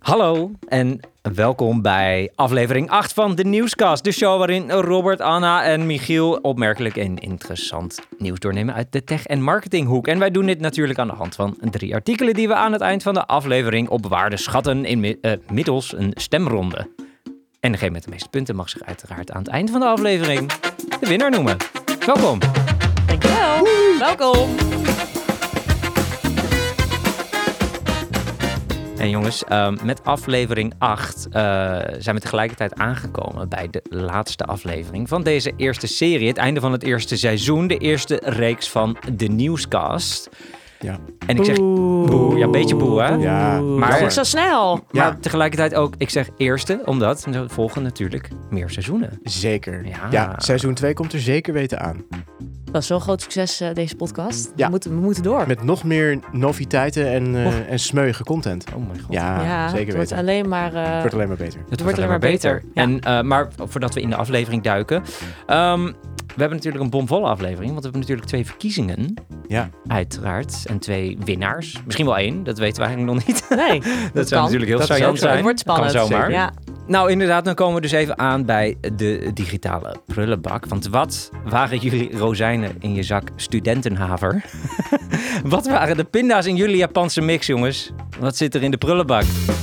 Hallo en welkom bij aflevering 8 van de Nieuwscast. De show waarin Robert, Anna en Michiel opmerkelijk en interessant nieuws doornemen uit de tech- en marketinghoek. En wij doen dit natuurlijk aan de hand van 3 artikelen die we aan het eind van de aflevering op waarde schatten middels een stemronde. En degene met de meeste punten mag zich uiteraard aan het eind van de aflevering de winnaar noemen. Welkom. Dankjewel. Welkom. En jongens, met aflevering 8 zijn we tegelijkertijd aangekomen bij de laatste aflevering van deze eerste serie. Het einde van het eerste seizoen, de eerste reeks van de Nieuwscast. Ja. En ik zeg boe, ja, een beetje boe, hè? Ja. Maar is zo snel. Maar tegelijkertijd ook, ik zeg eerste, omdat we volgen natuurlijk meer seizoenen. Zeker. Ja. Ja, seizoen 2 komt er zeker weten aan. Dat is wel een groot succes, deze podcast. Ja. We moeten door. Met nog meer noviteiten en smeuïge content. Oh mijn god. Ja, zeker het wordt weten. alleen maar... Het wordt alleen maar beter. Het wordt alleen maar beter. Ja. En, maar voordat we in de aflevering duiken... we hebben natuurlijk een bomvolle aflevering, want we hebben natuurlijk 2 verkiezingen. Ja. Uiteraard. En 2 winnaars. Misschien wel 1, dat weten we eigenlijk nog niet. Nee, dat zou natuurlijk heel Dat saillant is ook zo. zijn. Het wordt spannend. Kan zomaar. Ja. Nou, inderdaad, dan komen we dus even aan bij de digitale prullenbak. Want wat waren jullie rozijnen in je zak studentenhaver? Wat waren de pinda's in jullie Japanse mix, jongens? Wat zit er in de prullenbak?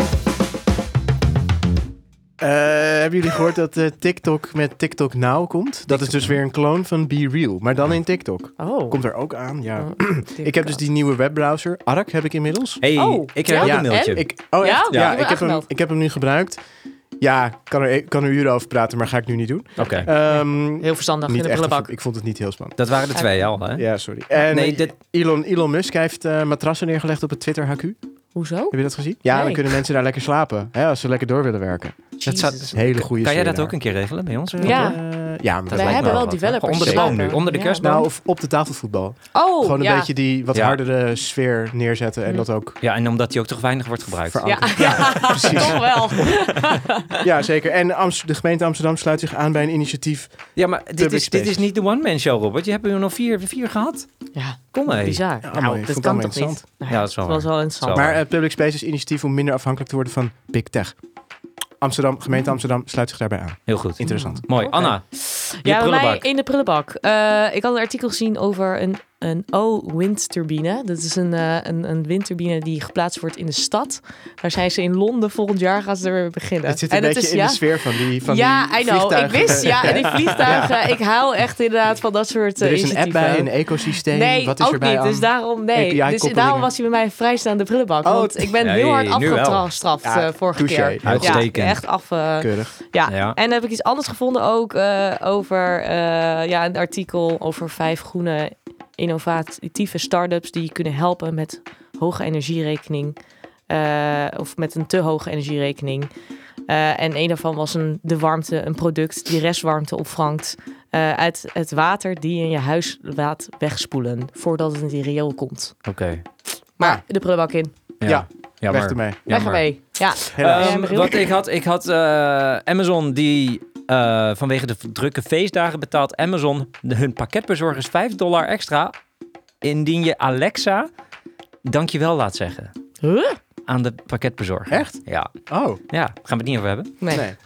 Hebben jullie gehoord dat TikTok met TikTok Now komt? Dat is dus weer een clone van Be Real, maar dan in TikTok. Oh. Komt er ook aan, ja. Oh, Ik heb dus die nieuwe webbrowser. Arc heb ik inmiddels. Hey, Oh, ik heb ook ja? een mailtje. Echt? Ja? Ja, Ja, ik heb hem nu gebruikt. Ja, kan er uren over praten, maar ga ik nu niet doen. Oké, Heel verstandig in Niet de echt, prullenbak. ik vond het niet heel spannend. dat waren de 2 al, hè? Ja, sorry. En Nee, Elon Musk heeft matrassen neergelegd op het Twitter-HQ. Hoezo? Heb je dat gezien? Ja, Nee. dan kunnen mensen daar lekker slapen. Hè, als ze lekker door willen werken. Dat zou- Jezus. Hele goede Kan jij sfeer dat daar. ook een keer regelen bij ons? Ja. Ja, maar Dat Wij lijkt hebben me wel wat, hè? developers. Onder de boom nu, zeker. onder de Ja. kerstboom. Nou, of op de tafelvoetbal. Oh, Gewoon een ja. beetje die wat Ja. hardere sfeer neerzetten. En Hm. dat ook Ja, en omdat die ook toch weinig wordt gebruikt. verankeren. Ja, precies. toch wel. Ja, zeker. En de gemeente Amsterdam sluit zich aan bij een initiatief. Ja, maar dit Public is niet spaces. de one-man show, Robert. Je hebt er nog 4 gehad. Ja, Kom mee. bizar. Ja, maar ik Nou, vond dat het kan allemaal toch niet? interessant. Nou Ja, dat is wel was waar. wel interessant. Zo. Maar het Public Spaces initiatief om minder afhankelijk te worden van Big Tech. Gemeente Amsterdam sluit zich daarbij aan. Heel goed. Interessant. Mooi. Oké. Anna, je Ja, bij mij prullenbak. in de prullenbak. Ik had een artikel gezien over een O-windturbine. Dat is een windturbine die geplaatst wordt in de stad. Daar zijn ze in Londen volgend jaar gaan ze er weer beginnen. Het zit een beetje in de sfeer van die I know. vliegtuigen. Ik wist, en die vliegtuigen. Ik hou echt inderdaad van dat soort Er is een app initiatieven. bij, een ecosysteem. Nee, Wat is ook erbij niet. aan? Dus daarom, nee. Dus API-koppelingen. daarom was hij bij mij vrijstaande prullenbak. Oh, Want ik ben nee, heel hard nu wel. afgestraft Ja, vorige touché. keer. Uitstekend. Ja, echt af... Keurig. Ja. Ja. En dan heb ik iets anders gevonden ook over een artikel over 5 groene innovatieve start-ups die je kunnen helpen met hoge energierekening of met een te hoge energierekening. En een daarvan was de warmte, een product die restwarmte opvangt uit het water die je in je huis laat wegspoelen voordat het in die riool komt. Oké. Maar de prullenbak in. Ja, ja, weg maar- ermee. Weg maar- ermee. Ja. Helaas. Ja, Michiel? Wat ik had Amazon die vanwege de drukke feestdagen betaalt Amazon hun pakketbezorgers $5 extra indien je Alexa dankjewel laat zeggen Huh? aan de pakketbezorger. Echt? Ja. Oh, Ja, gaan we het niet over hebben. Nee. nee.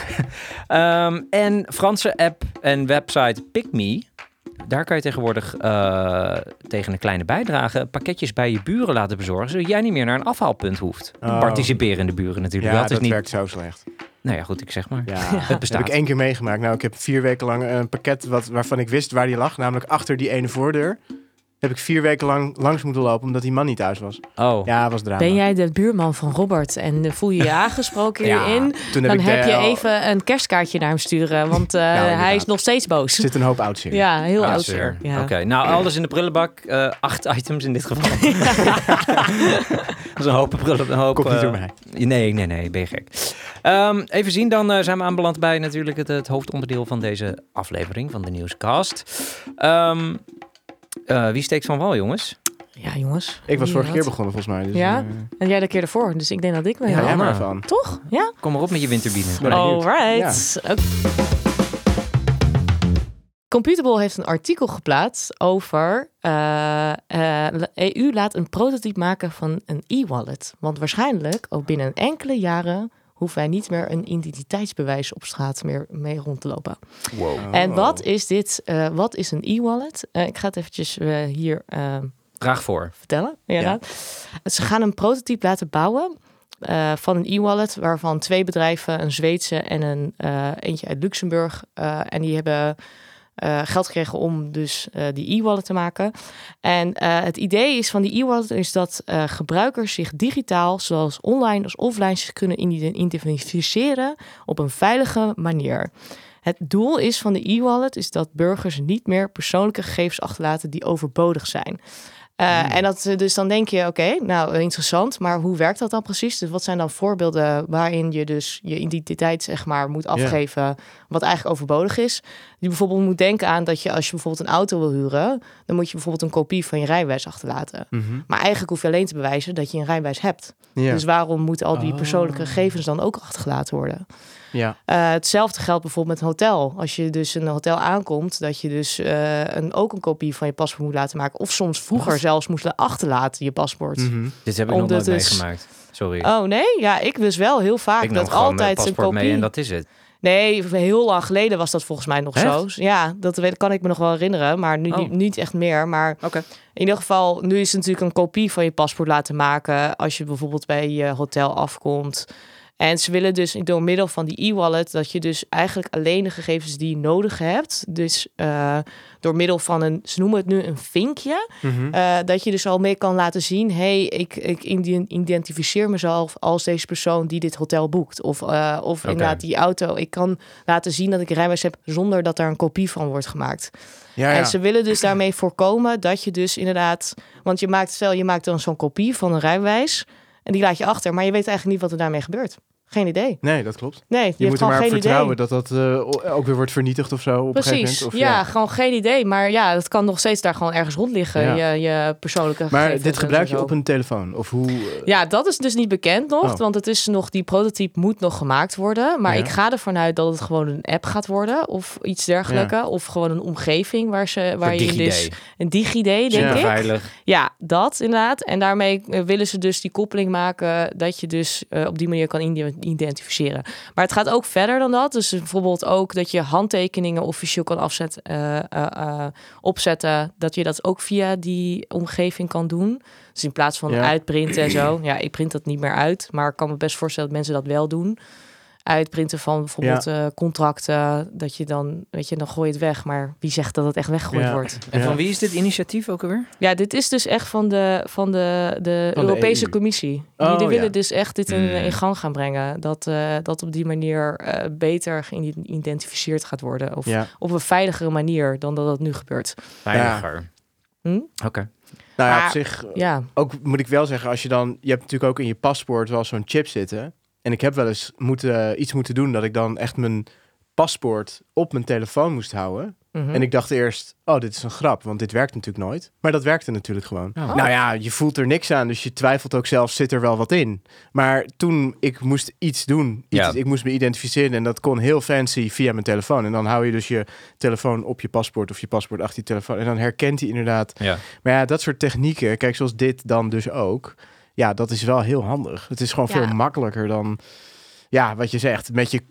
En Franse app en website PickMe. Daar kan je tegenwoordig tegen een kleine bijdrage pakketjes bij je buren laten bezorgen, zodat jij niet meer naar een afhaalpunt hoeft. Oh. Participerende buren natuurlijk. Ja, dat is dat niet. werkt zo slecht. Nou ja, goed, ik zeg maar. Ja, Het bestaat. heb ik 1 keer meegemaakt. Nou, ik heb 4 weken lang een pakket waarvan ik wist waar die lag. Namelijk achter die ene voordeur. Heb ik 4 weken lang langs moeten lopen omdat die man niet thuis was. Oh. Ja, was drama. Ben jij de buurman van Robert en voel je je aangesproken Ja, hierin? toen Dan ik heb je al- even een kerstkaartje naar hem sturen, want hij inderdaad. is nog steeds boos. Er zit een hoop ouds in. Ja, heel Ah, oud. zeer. Ja. Oké, nou alles in de prullenbak. 8 items in dit geval. Dat is een hoop. Komt niet door mij. Nee, ben je gek. Even zien, dan zijn we aanbeland bij natuurlijk het hoofdonderdeel van deze aflevering van de Nieuwscast. Wie steekt van wal, jongens? Ja, jongens. Ik was Wie vorige keer wat? begonnen volgens mij. Dus, Ja? En jij de keer ervoor, dus ik denk dat ik ben. ja, jij maar Anna. even aan. Toch? Ja? Kom maar op met je windturbine. Ben benieuwd. Alright. Oké. Computable heeft een artikel geplaatst over EU laat een prototype maken van een e-wallet. Want waarschijnlijk ook binnen enkele jaren hoeven wij niet meer een identiteitsbewijs op straat meer mee rond te lopen. Wow. En wat is dit? Wat is een e-wallet? Ik ga het eventjes hier Draag voor. vertellen. Inderdaad. Ze gaan een prototype laten bouwen van een e-wallet, waarvan 2 bedrijven, een Zweedse en een eentje uit Luxemburg. En die hebben geld gekregen om dus die e-wallet te maken. En het idee is van die e-wallet is dat gebruikers zich digitaal, zoals online als offline, zich kunnen identificeren op een veilige manier. Het doel is van de e-wallet is dat burgers niet meer persoonlijke gegevens achterlaten die overbodig zijn. En dat, dus dan denk je, oké, nou interessant, maar hoe werkt dat dan precies? Dus wat zijn dan voorbeelden waarin je dus je identiteit zeg maar moet afgeven, wat eigenlijk overbodig is? Die bijvoorbeeld moet denken aan dat je als je bijvoorbeeld een auto wil huren, dan moet je bijvoorbeeld een kopie van je rijbewijs achterlaten. Mm-hmm. Maar eigenlijk hoef je alleen te bewijzen dat je een rijbewijs hebt. Ja. Dus waarom moeten al die persoonlijke gegevens dan ook achtergelaten worden? Ja. Hetzelfde geldt bijvoorbeeld met een hotel. Als je dus een hotel aankomt, dat je dus ook een kopie van je paspoort moet laten maken. Of soms vroeger zelfs moest achterlaten je paspoort. Mm-hmm. Dit heb ik nog Omdat nooit het- meegemaakt. Sorry. Oh nee? Ja, ik wist wel heel vaak ik nam dat gewoon mijn altijd zijn paspoort kopie... mee en dat is het. Nee, heel lang geleden was dat volgens mij nog Echt? zo. Ja, kan ik me nog wel herinneren, maar nu niet echt meer. Maar Oké. in ieder geval, nu is het natuurlijk een kopie van je paspoort laten maken als je bijvoorbeeld bij je hotel afkomt. En ze willen dus door middel van die e-wallet dat je dus eigenlijk alleen de gegevens die je nodig hebt. Dus door middel van ze noemen het nu een vinkje. Mm-hmm. Dat je dus al mee kan laten zien, hey, ik identificeer mezelf als deze persoon die dit hotel boekt. Of inderdaad die auto. Ik kan laten zien dat ik een rijbewijs heb zonder dat daar een kopie van wordt gemaakt. Ja, En ze willen dus daarmee voorkomen dat je dus inderdaad... Want je maakt dan zo'n kopie van een rijbewijs en die laat je achter. Maar je weet eigenlijk niet wat er daarmee gebeurt. Geen idee. Nee, dat klopt. Nee, je Je hebt moet er gewoon maar geen vertrouwen idee. dat ook weer wordt vernietigd of zo op een gegeven Precies, moment. Of, ja, gewoon geen idee. Maar ja, dat kan nog steeds daar gewoon ergens rond liggen. Ja. Je persoonlijke Maar gegevens dit en gebruik je zo. op een telefoon? Of hoe? Ja, dat is dus niet bekend nog. Oh. Want het is nog, die prototype moet nog gemaakt worden. Maar Ja. ik ga ervan uit dat het gewoon een app gaat worden. Of iets dergelijke. Ja. Of gewoon een omgeving waar je DigiD. dus... Een DigiD, denk Ja. ik. Veilig. Ja, dat inderdaad. En daarmee willen ze dus die koppeling maken dat je dus op die manier kan identificeren. Maar het gaat ook verder dan dat. Dus bijvoorbeeld ook dat je handtekeningen officieel kan opzetten. Dat je dat ook via die omgeving kan doen. Dus in plaats van uitprinten en zo. Ja, ik print dat niet meer uit. Maar ik kan me best voorstellen dat mensen dat wel doen. Uitprinten van bijvoorbeeld contracten. Dat je dan, dan gooi je het weg. Maar wie zegt dat het echt weggegooid wordt? En Ja. van wie is dit initiatief ook alweer? Ja, dit is dus echt van de Europese EU. Commissie. Oh, Die willen ja. dus echt dit in gang gaan brengen. Dat op die manier beter geïdentificeerd gaat worden. Of op een veiligere manier dan dat het nu gebeurt. Veiliger. Hm? Oké. Nou ja, Maar- op zich Ja, ook moet ik wel zeggen, als je dan... Je hebt natuurlijk ook in je paspoort wel zo'n chip zitten. En ik heb wel eens iets moeten doen dat ik dan echt mijn paspoort op mijn telefoon moest houden. mhm. En ik dacht eerst, dit is een grap, want dit werkt natuurlijk nooit. Maar dat werkte natuurlijk gewoon. Oh. Nou ja, je voelt er niks aan, dus je twijfelt ook zelf, zit er wel wat in. Maar toen, ik moest iets doen. Ik moest me identificeren en dat kon heel fancy via mijn telefoon. En dan hou je dus je telefoon op je paspoort of je paspoort achter je telefoon. En dan herkent hij inderdaad. Ja. Maar ja, dat soort technieken, kijk, zoals dit dan dus ook. Ja, dat is wel heel handig. Het is gewoon veel makkelijker dan, wat je zegt.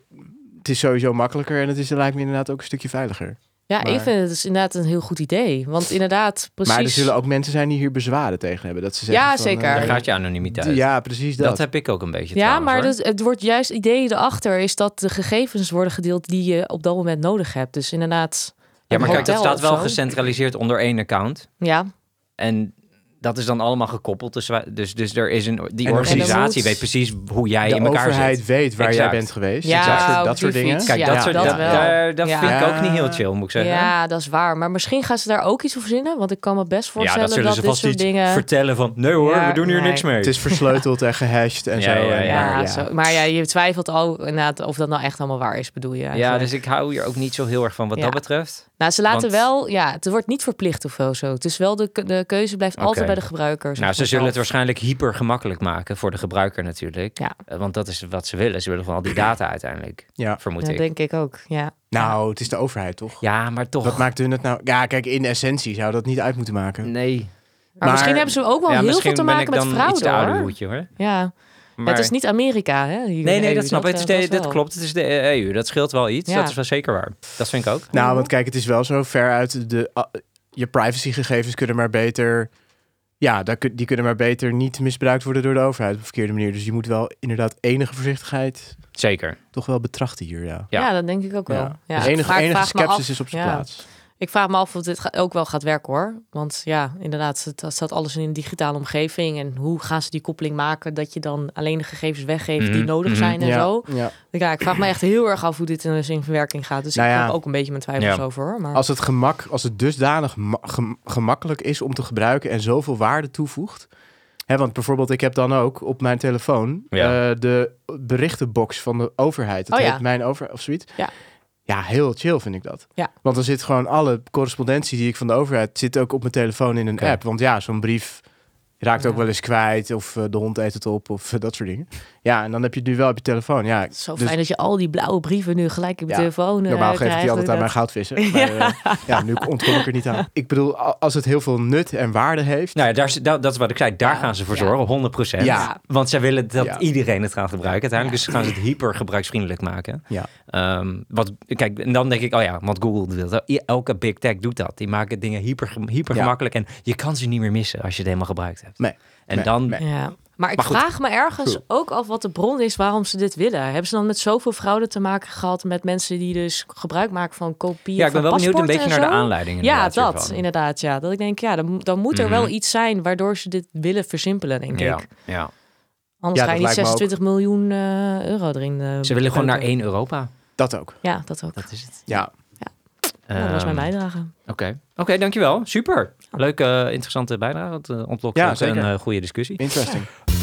Het is sowieso makkelijker en het lijkt me inderdaad ook een stukje veiliger. Ja, Maar- ik vind het dus inderdaad een heel goed idee. Want inderdaad, precies... Maar er zullen ook mensen zijn die hier bezwaren tegen hebben. Dat ze zeggen Ja, van, zeker. Daar gaat je anonimiteit. ja, precies dat. Dat heb ik ook een beetje Ja, trouwens, maar hoor. het wordt juist idee erachter is dat de gegevens worden gedeeld die je op dat moment nodig hebt. Dus inderdaad. Ja, maar een kijk, dat hotel staat of wel zo. gecentraliseerd onder één account. Ja, En dat is dan allemaal gekoppeld. Dus er is die En organisatie moet- weet precies hoe jij de in elkaar overheid zit. weet waar Exact. jij bent geweest. Ja, dat op soort die dingen. fiets. Kijk, Ja, dat soort dat dingen. wel. Dat Ja. vind ik ook niet heel chill, moet ik zeggen. ja, dat is waar. Maar misschien gaan ze daar ook iets over verzinnen. Want ik kan me best Ja, voorstellen dat zullen dat ze dit vast soort iets dingen... vertellen van... Nee hoor, Ja, we doen hier nee. niks mee. Het is versleuteld en gehashed en Ja, zo. ja, en ja. maar, Zo. Maar ja, je twijfelt ook inderdaad of dat nou echt allemaal waar is, bedoel je Ja, eigenlijk. dus ik hou hier ook niet zo heel erg van wat Ja. dat betreft. Nou, ze laten Want- wel... Ja, het wordt niet verplicht of zo. Het is wel de keuze blijft altijd bij de gebruiker. Nou, ze zullen het waarschijnlijk hyper gemakkelijk maken voor de gebruiker natuurlijk. Ja. Want dat is wat ze willen. Ze willen gewoon al die data uiteindelijk, vermoed ik. Dat denk ik ook, ja. Nou, het is de overheid, toch? Ja, maar toch. Wat maakt hun het nou? Ja, kijk, in essentie zou dat niet uit moeten maken. Nee. Maar misschien hebben ze ook wel heel veel te maken met fraude, iets te oude hoedje, hoor. Ja. Maar... Het is niet Amerika, hè? Nee, dat snap ik. Dat klopt. Het is de EU. Dat scheelt wel iets. Ja. Dat is wel zeker waar. Dat vind ik ook. Nou, want kijk, het is wel zo ver uit je privacygegevens kunnen maar beter... Ja, die kunnen maar beter niet misbruikt worden door de overheid op een verkeerde manier. Dus je moet wel inderdaad enige voorzichtigheid... Zeker. Toch wel betrachten hier, Ja, dat denk ik ook wel. Ja. Dus enige sceptisch is op zijn plaats. Ik vraag me af of dit ook wel gaat werken, hoor. Want ja, inderdaad, het staat alles in een digitale omgeving. En hoe gaan ze die koppeling maken dat je dan alleen de gegevens weggeeft die nodig zijn en zo. Ja, ik vraag me echt heel erg af hoe dit in verwerking gaat. Dus ik heb ook een beetje mijn twijfels over, hoor. Maar... Als het dusdanig gemakkelijk is om te gebruiken en zoveel waarde toevoegt... want bijvoorbeeld, ik heb dan ook op mijn telefoon de berichtenbox van de overheid. Het heet Mijn Overheid of zoiets. Ja, heel chill vind ik dat. Ja. Want dan zit gewoon alle correspondentie die ik van de overheid... zit ook op mijn telefoon in een app. Want zo'n brief raakt ook wel eens kwijt... of de hond eet het op of dat soort dingen. Ja, en dan heb je het nu wel op je telefoon. Ja, het is zo fijn dat je al die blauwe brieven nu gelijk op je telefoon normaal geef ik die altijd aan mijn goudvissen. Maar nu ontkom ik er niet aan. Ik bedoel, als het heel veel nut en waarde heeft... Nou ja, dat is wat ik zei. Daar gaan ze voor zorgen, 100%. Ja. Want zij willen dat iedereen het gaat gebruiken. Uiteindelijk dus gaan ze het hyper gebruiksvriendelijk maken. Ja. Kijk, en dan denk ik, want Google doet dat. Elke big tech doet dat. Die maken dingen hyper gemakkelijk. En je kan ze niet meer missen als je het helemaal gebruikt hebt. Nee. Ja. Maar ik vraag me ergens ook af wat de bron is waarom ze dit willen. Hebben ze dan met zoveel fraude te maken gehad met mensen die dus gebruik maken van kopieën? Ja, ik ben wel benieuwd een beetje naar de aanleidingen. Ja, inderdaad. Ja, dat ik denk, dan moet er wel iets zijn waardoor ze dit willen versimpelen, denk ik. Ja. Anders ga je niet 26 miljoen euro erin. Ze willen gewoon naar één Europa. Dat ook. Ja, dat ook. Dat is het. Ja. Dat was mijn bijdrage. Oké, dankjewel. Super. Leuke, interessante bijdrage. Het ontlokt een goede discussie. Interesting.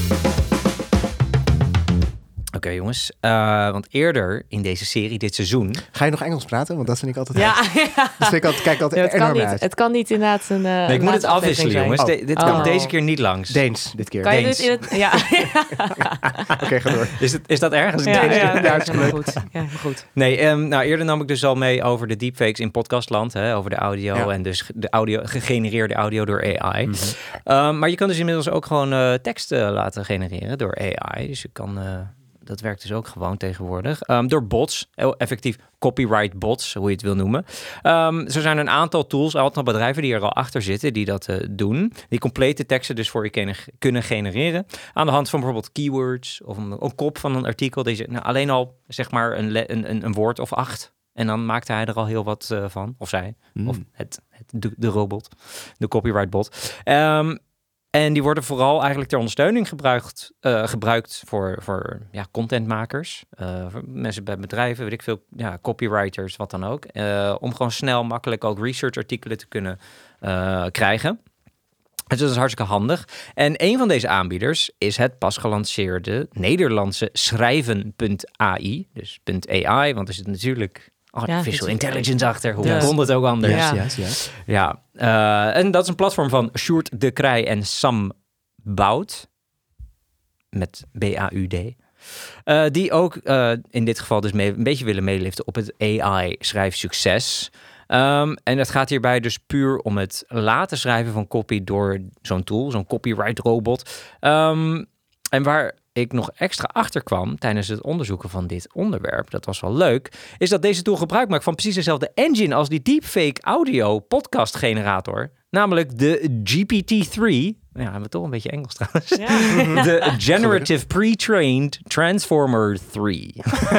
Oké, jongens. Want eerder in deze serie, dit seizoen... Ga je nog Engels praten? Want dat vind ik altijd... Dat vind ik kijk altijd enorm uit. Het kan niet inderdaad een... nee, ik moet het afwisselen, jongens. Dit komt deze keer niet langs. Deens, dit keer. Kan je dit in het... Ja. Oké, ga door. Is dat ergens? Ja, goed. Ja, goed. Nee, eerder nam ik dus al mee over de deepfakes in podcastland. Over de audio en dus de gegenereerde audio door AI. Maar je kan dus inmiddels ook gewoon tekst laten genereren door AI. Dus je kan... Dat werkt dus ook gewoon tegenwoordig. Door bots, effectief copyright bots, hoe je het wil noemen. Zo zijn een aantal tools, een aantal bedrijven die er al achter zitten, die dat doen. Die complete teksten dus voor je kunnen genereren. Aan de hand van bijvoorbeeld keywords of een kop van een artikel. Deze, alleen al zeg maar een woord of 8. En dan maakte hij er al heel wat van. Of zij. Of de robot. De copyright bot. En die worden vooral eigenlijk ter ondersteuning gebruikt voor contentmakers. Voor mensen bij bedrijven, weet ik veel, copywriters, wat dan ook. Om gewoon snel, makkelijk ook researchartikelen te kunnen krijgen. Dus dat is hartstikke handig. En een van deze aanbieders is het pas gelanceerde Nederlandse schrijven.ai. Dus .ai, want er zit natuurlijk... artificial intelligence achter. Hoe kon het ook anders? Ja. En dat is een platform van Sjoerd de Krij en Sam Bout. Met B-A-U-D. Die ook in dit geval dus een beetje willen meeliften op het AI-schrijfsucces. En het gaat hierbij dus puur om het laten schrijven van copy door zo'n tool, zo'n copyright robot. En waar ik nog extra achter kwam tijdens het onderzoeken van dit onderwerp, dat was wel leuk, is dat deze tool gebruik maakt van precies dezelfde engine als die deepfake audio podcast generator. Namelijk de GPT-3. Ja, hebben we toch een beetje Engels trouwens. Ja. De Generative Pre-Trained Transformer 3.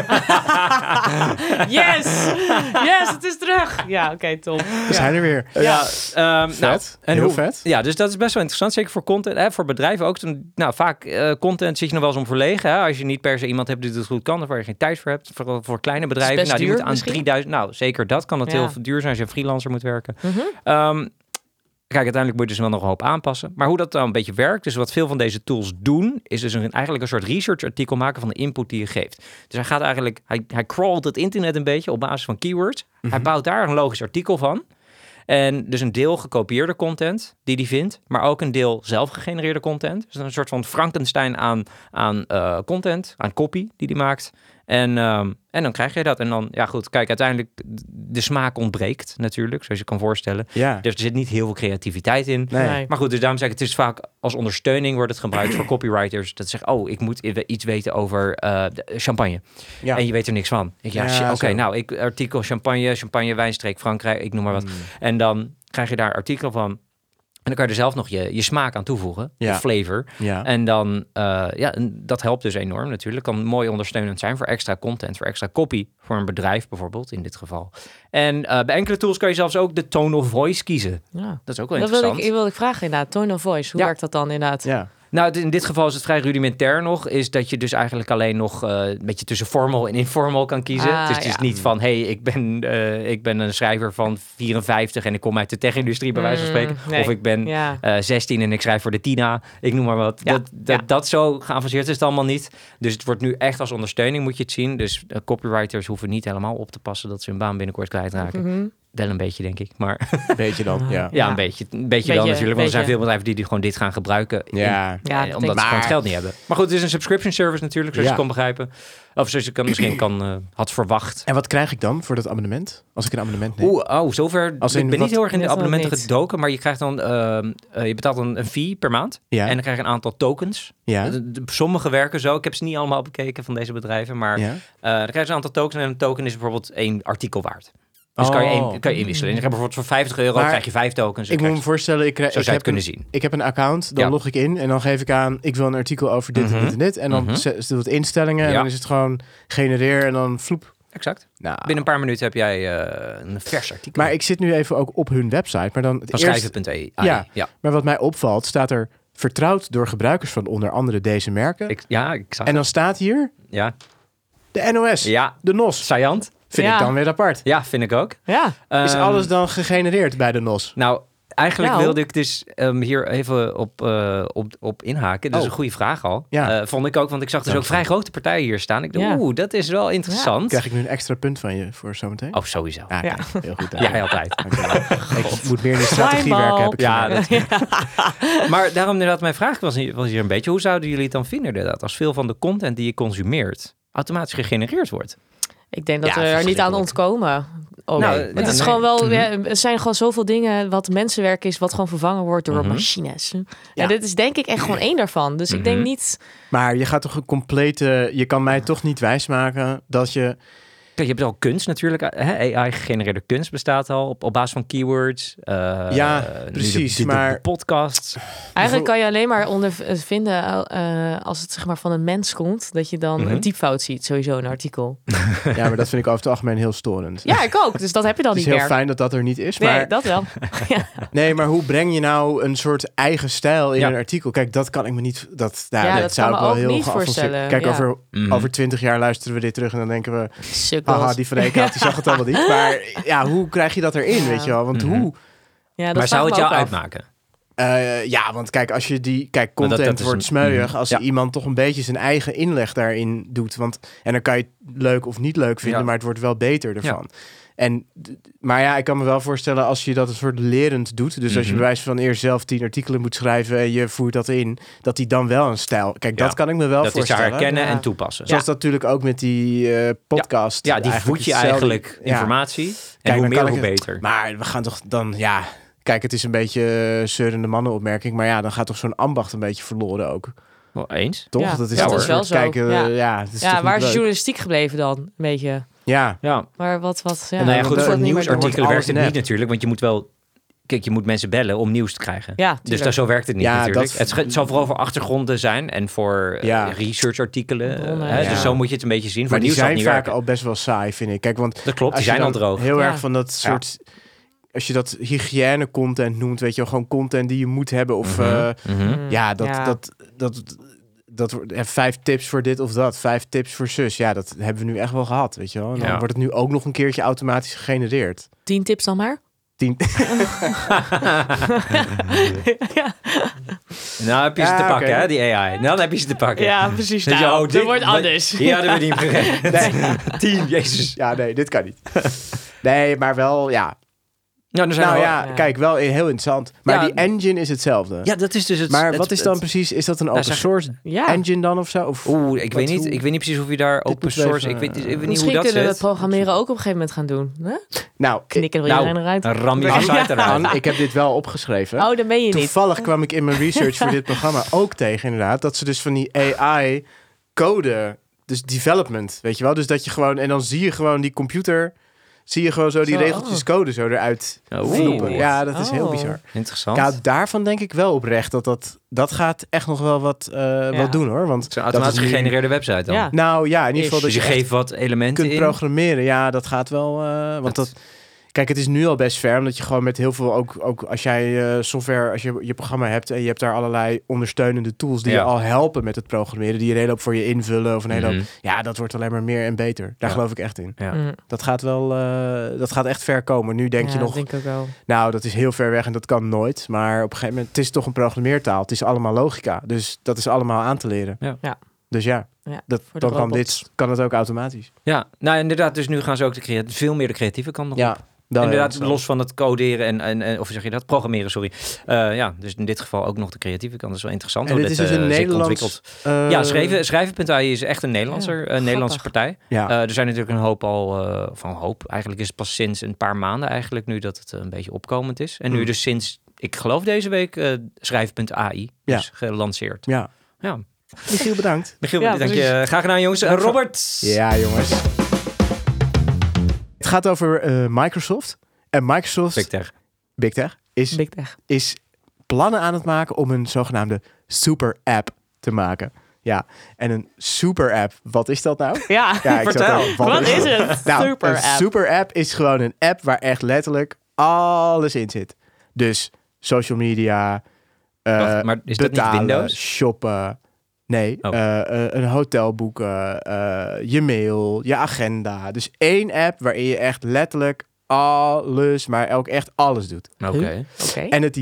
Yes, het is terug. Ja, oké, top. We zijn er weer. Vet. Heel vet. Ja, dus dat is best wel interessant. Zeker voor content. Voor bedrijven ook. Vaak content zit je nog wel eens om verlegen. Als je niet per se iemand hebt die het goed kan, of waar je geen tijd voor hebt. Voor kleine bedrijven. Die moeten aan 3000. Zeker dat kan het heel duur zijn als je een freelancer moet werken. Kijk, uiteindelijk moet je dus wel nog een hoop aanpassen. Maar hoe dat dan een beetje werkt, dus wat veel van deze tools doen, is dus eigenlijk een soort research-artikel maken van de input die je geeft. Dus hij gaat eigenlijk, hij crawlt het internet een beetje op basis van keywords. Hij bouwt daar een logisch artikel van. En dus een deel gekopieerde content die hij vindt, maar ook een deel zelf gegenereerde content. Dus een soort van Frankenstein aan content, aan copy die hij maakt. En dan krijg je dat. En dan, ja goed, kijk, uiteindelijk de smaak ontbreekt natuurlijk, zoals je kan voorstellen. Ja. Dus er zit niet heel veel creativiteit in. Nee. Maar goed, dus daarom zeg ik, het is vaak als ondersteuning wordt het gebruikt voor copywriters. Dat ze zeggen, ik moet iets weten over champagne. Ja. En je weet er niks van. Oké, nou, artikel champagne, wijnstreek, Frankrijk, ik noem maar wat. En dan krijg je daar artikel van. En dan kan je er zelf nog je smaak aan toevoegen. Ja. De flavor. Ja. En dan, dat helpt dus enorm natuurlijk. Kan mooi ondersteunend zijn voor extra content, voor extra copy. Voor een bedrijf bijvoorbeeld, in dit geval. En bij enkele tools kan je zelfs ook de tone of voice kiezen. Ja. Dat is ook wel interessant. Dat wilde ik vragen inderdaad. Tone of voice, hoe werkt dat dan inderdaad? Ja. Nou, in dit geval is het vrij rudimentair nog. Is dat je dus eigenlijk alleen nog een beetje tussen formal en informal kan kiezen. Dus het is niet van, ik ben een schrijver van 54 en ik kom uit de tech-industrie bij wijze van spreken. Nee. Of ik ben 16 en ik schrijf voor de TINA. Ik noem maar wat. Dat zo geavanceerd is het allemaal niet. Dus het wordt nu echt als ondersteuning moet je het zien. Dus copywriters hoeven niet helemaal op te passen dat ze hun baan binnenkort kwijtraken. Mm-hmm. Wel een beetje, denk ik. Maar Een beetje dan, ja. ja, een beetje wel natuurlijk. Want er zijn veel bedrijven die gewoon dit gaan gebruiken. Ja. Omdat ze gewoon het geld niet hebben. Maar goed, het is een subscription service natuurlijk, zoals je kan begrijpen. Of zoals je misschien had verwacht. En wat krijg ik dan voor dat abonnement? Als ik een abonnement neem? Zover. Ik ben niet heel erg in de abonnementen gedoken. Maar je krijgt dan, je betaalt een fee per maand. Ja. En dan krijg je een aantal tokens. Ja. Sommige werken zo. Ik heb ze niet allemaal bekeken van deze bedrijven. Maar dan krijg je een aantal tokens. En een token is bijvoorbeeld 1 artikel waard. Dus kan je inwisselen. En je krijgt bijvoorbeeld voor €50 krijg je 5 tokens. Ik moet me voorstellen, zo zou je het kunnen zien. Ik heb een account, dan log ik in en dan geef ik aan, ik wil een artikel over dit en dit en dit. En dan doe het instellingen en dan is het gewoon genereer en dan vloep. Exact. Nou, binnen een paar minuten heb jij een vers artikel. Maar ik zit nu even ook op hun website. Maar dan van schrijven.e. Ja, maar wat mij opvalt, staat er vertrouwd door gebruikers van onder andere deze merken. Ik zag en dan staat hier de NOS, de NOS. Saillant. Vind ik dan weer apart. Ja, vind ik ook. Ja. Is alles dan gegenereerd bij de NOS? Nou, eigenlijk wilde ik dus hier even op inhaken. Dat is een goede vraag al. Ja. Vond ik ook, want ik zag dus ook vrij grote partijen hier staan. Ik dacht, dat is wel interessant. Ja. Krijg ik nu een extra punt van je voor zometeen? Oh, sowieso. Ah, heel goed. Ja, altijd. Ik moet meer in de strategie werken, heb ik Maar daarom inderdaad, mijn vraag was hier een beetje, hoe zouden jullie het dan vinden inderdaad, als veel van de content die je consumeert automatisch gegenereerd wordt? Ik denk dat we er niet aan ontkomen. Het is gewoon wel, er zijn gewoon zoveel dingen wat mensenwerk is, wat gewoon vervangen wordt door machines. Ja. En dit is denk ik echt gewoon één daarvan. Dus ik denk niet. Maar je gaat toch een complete, je kan mij toch niet wijsmaken dat je. Kijk, je hebt al kunst natuurlijk. AI-gegenereerde kunst bestaat al op basis van keywords. Precies. De podcasts. Eigenlijk kan je alleen maar ondervinden als het zeg maar van een mens komt, dat je dan een typfout ziet, sowieso een artikel. Ja, maar dat vind ik over het algemeen heel storend. Ja, ik ook. Dus dat heb je dan niet meer. Het is heel fijn dat dat er niet is. Nee, maar... dat wel. Nee, maar hoe breng je nou een soort eigen stijl in een artikel? Kijk, dat kan ik me niet. Dat zou ik wel heel niet voorstellen. Kijk, over 20 jaar luisteren we dit terug en dan denken we. Haha, die van Eka, die zag het allemaal niet. Maar ja, hoe krijg je dat erin, weet je wel? Want hoe... Ja, maar zou het jou uitmaken? Want kijk, als je content wordt smeuig, als iemand toch een beetje zijn eigen inleg daarin doet. En dan kan je het leuk of niet leuk vinden, maar het wordt wel beter ervan. Maar ik kan me wel voorstellen als je dat een soort lerend doet. Dus als je bij wijze van eerst zelf 10 artikelen moet schrijven en je voert dat in, dat die dan wel een stijl. Kijk, dat kan ik me wel voorstellen. Dat is herkennen en toepassen. Zoals dat natuurlijk ook met die podcast. Ja, die voed je eigenlijk informatie. En hoe meer, hoe beter. Maar we gaan toch dan, kijk, het is een beetje zeurende mannenopmerking, maar dan gaat toch zo'n ambacht een beetje verloren ook. Wel eens. Toch? Ja, dat is, dat is wel zo. Kijken, het is toch waar is leuk? journalistiek gebleven dan? Een beetje. Ja. Maar wat goed, voor nieuwsartikelen werkt het niet natuurlijk, want je moet wel... Kijk, je moet mensen bellen om nieuws te krijgen. Ja, dus zo werkt het niet natuurlijk. Het zal vooral voor achtergronden zijn en voor researchartikelen. Dus zo moet je het een beetje zien. Maar voor die nieuws zijn niet vaak werken. al best wel saai, vind ik. Kijk, want dat klopt, die zijn al droog. Heel erg van dat soort... Als je dat hygiëne content noemt, weet je wel, gewoon content die je moet hebben. Of dat 5 tips voor dit of dat, 5 tips voor zus. Ja, dat hebben we nu echt wel gehad, weet je wel. En dan wordt het nu ook nog een keertje automatisch gegenereerd. 10 tips dan maar? 10. Nou heb je ze te pakken, hè, die AI. Dan heb je ze te pakken. Ja, precies. Dat wordt anders. Hier hadden we niet gegeven. 10, jezus. Ja, nee, dit kan niet. Nee, maar wel, Kijk, wel heel interessant. Maar die engine is hetzelfde. Ja, dat is dus het... Maar wat is dan precies... Is dat een open source engine dan of zo? Ik weet niet precies of je daar open source... Ik weet niet hoe dat zit. Misschien kunnen we het programmeren ook op een gegeven moment gaan doen. Hè? Nou, knikken er iedereen eruit. Ram je site eruit. Ik heb dit wel opgeschreven. Oh, dat meen je niet. Toevallig kwam ik in mijn research voor dit programma ook tegen inderdaad. Dat ze dus van die AI code... Dus development, weet je wel? Dus dat je gewoon... En dan zie je gewoon die computer... Zie je gewoon zo die regeltjes code zo eruit vloepen. Ja, dat is heel bizar. Interessant. Ja, daarvan denk ik wel oprecht dat gaat echt nog wel wat doen hoor. Want zo'n automatisch gegenereerde website dan. Ja. Nou ja, in ieder geval dus je geeft wat elementen kunt programmeren. Ja, dat gaat wel. Kijk, het is nu al best ver, omdat je gewoon met heel veel, ook als jij software, als je programma hebt en je hebt daar allerlei ondersteunende tools die je al helpen met het programmeren, die een hele hoop voor je invullen of een hele hoop. Ja, dat wordt alleen maar meer en beter. Daar geloof ik echt in. Ja. Dat gaat wel, dat gaat echt ver komen. Nu denk je nog, denk ik ook wel. Nou, dat is heel ver weg en dat kan nooit. Maar op een gegeven moment, het is toch een programmeertaal. Het is allemaal logica, dus dat is allemaal aan te leren. Ja. Dus dan kan het ook automatisch. Ja, nou inderdaad. Dus nu gaan ze ook veel meer de creatieve kant nog op. Inderdaad, los van het coderen en of zeg je dat? Programmeren, sorry. Dus in dit geval ook nog de creatieve kant. Dat is wel interessant. En dit is dus een Nederlands... Schrijven.ai is echt een Nederlandse partij. Ja. Er zijn natuurlijk een hoop eigenlijk is het pas sinds een paar maanden eigenlijk nu dat het een beetje opkomend is. En nu dus sinds, ik geloof deze week, Schrijven.ai is gelanceerd. Ja. Michiel, bedankt. Michiel, dank je. Graag gedaan, jongens. Robert! Ja, jongens. Het gaat over Microsoft. En Microsoft... Big Tech is plannen aan het maken om een zogenaamde super app te maken. Ja, en een super app, wat is dat nou? Ja, vertel. Wat is het? Nou, een super app is gewoon een app waar echt letterlijk alles in zit. Dus social media, maar is dat niet Windows? Shoppen... Nee, een hotel boeken, je mail, je agenda. Dus één app waarin je echt letterlijk alles, maar ook echt alles doet. Oké. En het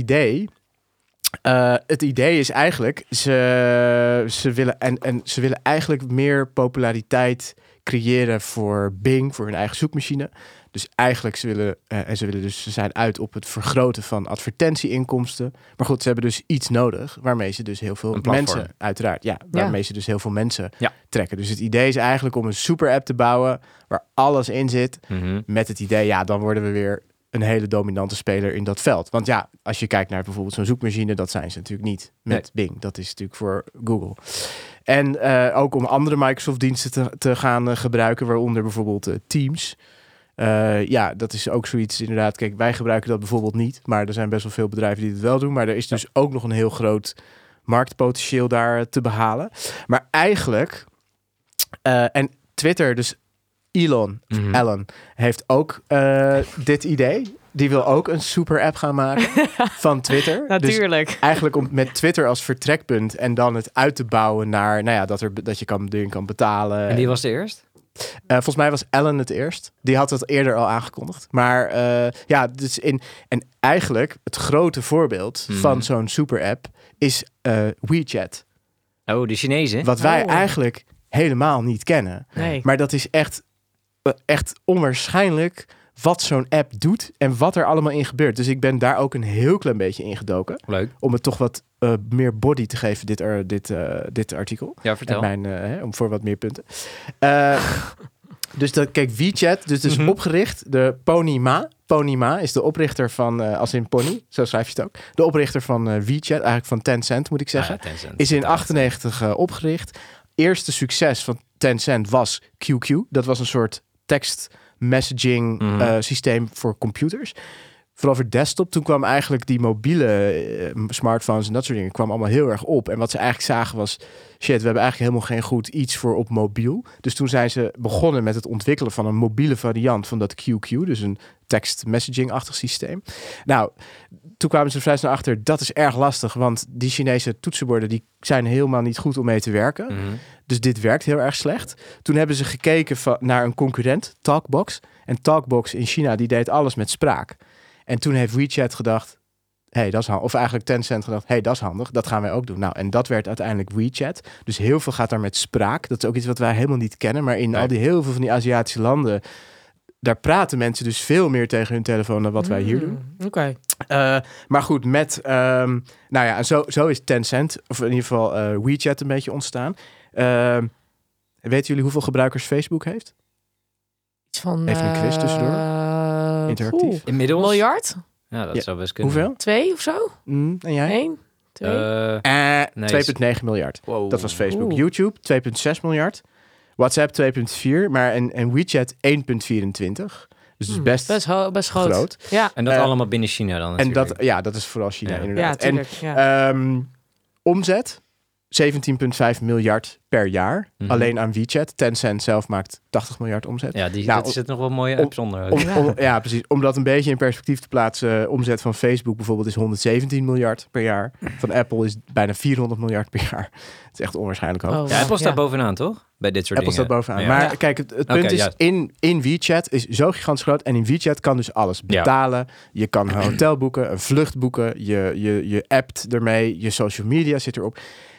idee is eigenlijk, ze willen eigenlijk meer populariteit creëren voor Bing, voor hun eigen zoekmachine. Dus eigenlijk ze zijn uit op het vergroten van advertentieinkomsten. Maar goed, ze hebben dus iets nodig waarmee ze dus heel veel mensen, uiteraard, waarmee ze dus heel veel mensen trekken. Dus het idee is eigenlijk om een super app te bouwen waar alles in zit. Met het idee, dan worden we weer een hele dominante speler in dat veld. Want ja, als je kijkt naar bijvoorbeeld zo'n zoekmachine, dat zijn ze natuurlijk niet met Bing. Dat is natuurlijk voor Google. En ook om andere Microsoft-diensten te gaan gebruiken, waaronder bijvoorbeeld Teams. Dat is ook zoiets inderdaad. Kijk, wij gebruiken dat bijvoorbeeld niet, maar er zijn best wel veel bedrijven die het wel doen. Maar er is dus ook nog een heel groot marktpotentieel daar te behalen. Maar eigenlijk, en Twitter, dus Elon heeft ook dit idee. Die wil ook een super app gaan maken van Twitter. Natuurlijk. Dus eigenlijk met Twitter als vertrekpunt en dan het uit te bouwen naar, dat je kan betalen. En die was de eerst? Volgens mij was Elon het eerst. Die had het eerder al aangekondigd. Maar en eigenlijk het grote voorbeeld van zo'n super app is WeChat. Oh, de Chinezen? Wat wij eigenlijk helemaal niet kennen. Nee. Maar dat is echt onwaarschijnlijk wat zo'n app doet en wat er allemaal in gebeurt. Dus ik ben daar ook een heel klein beetje in gedoken. Leuk. Om het toch wat meer body te geven, dit artikel. Ja, vertel. Om voor wat meer punten. Dus kijk, WeChat, dus is opgericht. De Pony Ma is de oprichter van, als in pony, zo schrijf je het ook. De oprichter van WeChat, eigenlijk van Tencent moet ik zeggen. Tencent, is in 1998 opgericht. Eerste succes van Tencent was QQ. Dat was een soort tekst messaging systeem voor computers. Vooral voor desktop. Toen kwam eigenlijk die mobiele smartphones en dat soort dingen kwam allemaal heel erg op. En wat ze eigenlijk zagen was, shit, we hebben eigenlijk helemaal geen goed iets voor op mobiel. Dus toen zijn ze begonnen met het ontwikkelen van een mobiele variant van dat QQ. Dus een text messaging-achtig systeem. Nou, toen kwamen ze vrij snel achter, dat is erg lastig. Want die Chinese toetsenborden, die zijn helemaal niet goed om mee te werken. Dus dit werkt heel erg slecht. Toen hebben ze gekeken naar een concurrent, Talkbox. En Talkbox in China, die deed alles met spraak. En toen heeft WeChat gedacht, dat is handig. Of eigenlijk Tencent gedacht, dat is handig. Dat gaan wij ook doen. Nou, en dat werd uiteindelijk WeChat. Dus heel veel gaat daar met spraak. Dat is ook iets wat wij helemaal niet kennen. Maar in heel veel van die Aziatische landen daar praten mensen dus veel meer tegen hun telefoon dan wat wij hier doen. Oké. Maar goed, met... zo is Tencent, of in ieder geval WeChat een beetje ontstaan. Weten jullie hoeveel gebruikers Facebook heeft? Iets van... Even een quiz tussendoor. Interactief. Inmiddels? Miljard? Ja, dat zou best kunnen. Hoeveel? 2 of zo? En jij? 1? 2? 2,9 miljard. Wow. Dat was Facebook. Oeh. YouTube 2,6 miljard. WhatsApp 2,4. Maar en WeChat 1,24. Dus het is best groot. Ja. En dat allemaal binnen China dan En natuurlijk. dat is vooral China Ja. inderdaad. Ja, tuurlijk. Omzet 17,5 miljard per jaar. Mhm. Alleen aan WeChat. Tencent zelf maakt 80 miljard omzet. Ja, Nou, er zitten nog wel mooie apps onder. Ja, precies. Om dat een beetje in perspectief te plaatsen. Omzet van Facebook bijvoorbeeld is 117 miljard per jaar. Van Apple is bijna 400 miljard per jaar. Het is echt onwaarschijnlijk hoog. Oh, Ja, Apple staat ja. bovenaan, toch? Bij dit soort Apple staat dingen. bovenaan. Ja. Maar kijk, het punt is, juist. in WeChat is zo gigantisch groot. En in WeChat kan dus alles betalen. Je kan een hotel boeken, een vlucht boeken. Je appt ermee, je social media zit erop.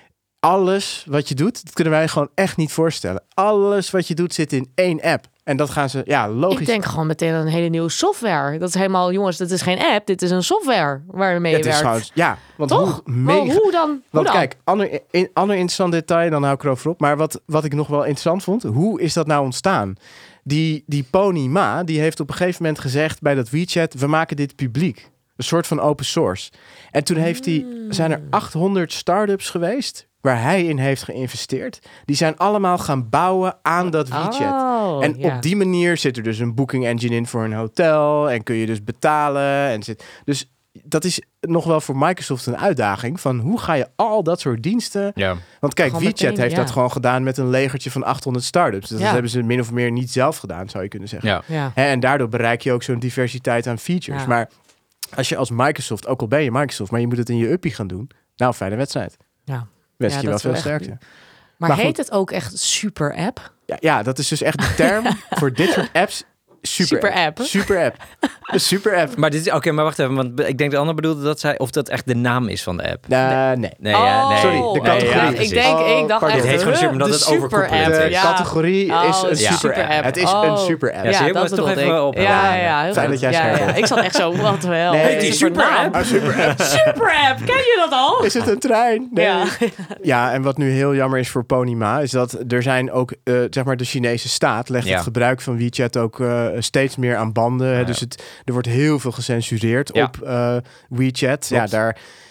Alles wat je doet, dat kunnen wij gewoon echt niet voorstellen. Alles wat je doet zit in één app. En dat gaan ze, logisch. Ik denk gewoon meteen aan een hele nieuwe software. Dat is helemaal, jongens, dit is geen app. Dit is een software waarmee je het is werkt. gewoon, want Toch? hoe Hoe dan? Want kijk, ander interessant detail, dan hou ik erover op. Maar wat ik nog wel interessant vond, hoe is dat nou ontstaan? Die Pony Ma, die heeft op een gegeven moment gezegd bij dat WeChat, we maken dit publiek. Een soort van open source. En toen zijn er 800 start-ups geweest waar hij in heeft geïnvesteerd. Die zijn allemaal gaan bouwen aan dat WeChat. En op die manier zit er dus een booking engine in voor een hotel. En kun je dus betalen. Dus dat is nog wel voor Microsoft een uitdaging. Van hoe ga je al dat soort diensten... Ja. Want kijk, Gewoon WeChat meteen, heeft dat gewoon gedaan met een legertje van 800 start-ups. Dus dat hebben ze min of meer niet zelf gedaan, zou je kunnen zeggen. Ja. Ja. En daardoor bereik je ook zo'n diversiteit aan features. Ja. Maar als je als Microsoft, ook al ben je Microsoft, maar je moet het in je uppie gaan doen. Nou, fijne wedstrijd. Ja. Wens Ja, je wel dat veel is wel echt sterkte. Maar Maar heet goed. het ook echt super app? Ja, dat is dus echt de term voor dit soort apps. Super app. Een super app. Maar dit is oké, maar wacht even, want ik denk de ander bedoelde dat zij of dat echt de naam is van de app. Nee. Nee, nee. Sorry, de categorie. precies. Ik dacht pardon. echt, Het heet gewoon super, omdat de het overkoepelend super app. is. De categorie is een ja. super app. Het is een super app. Ja, zie je, dat maar toch bedoelde even ik. op. Ja, heel Fijn goed. dat jij scherp bent. Ik zat echt zo, wat wel. Nee, die super app. Een super app. Super app, ken je dat al? Is het een trein? Nee. Ja. Ja, en wat nu heel jammer is voor Pony Ma, is dat er zijn ook, zeg maar, de Chinese staat legt het gebruik van WeChat ook steeds meer aan banden. Ja. Dus er wordt heel veel gecensureerd op WeChat. Klopt. Ja,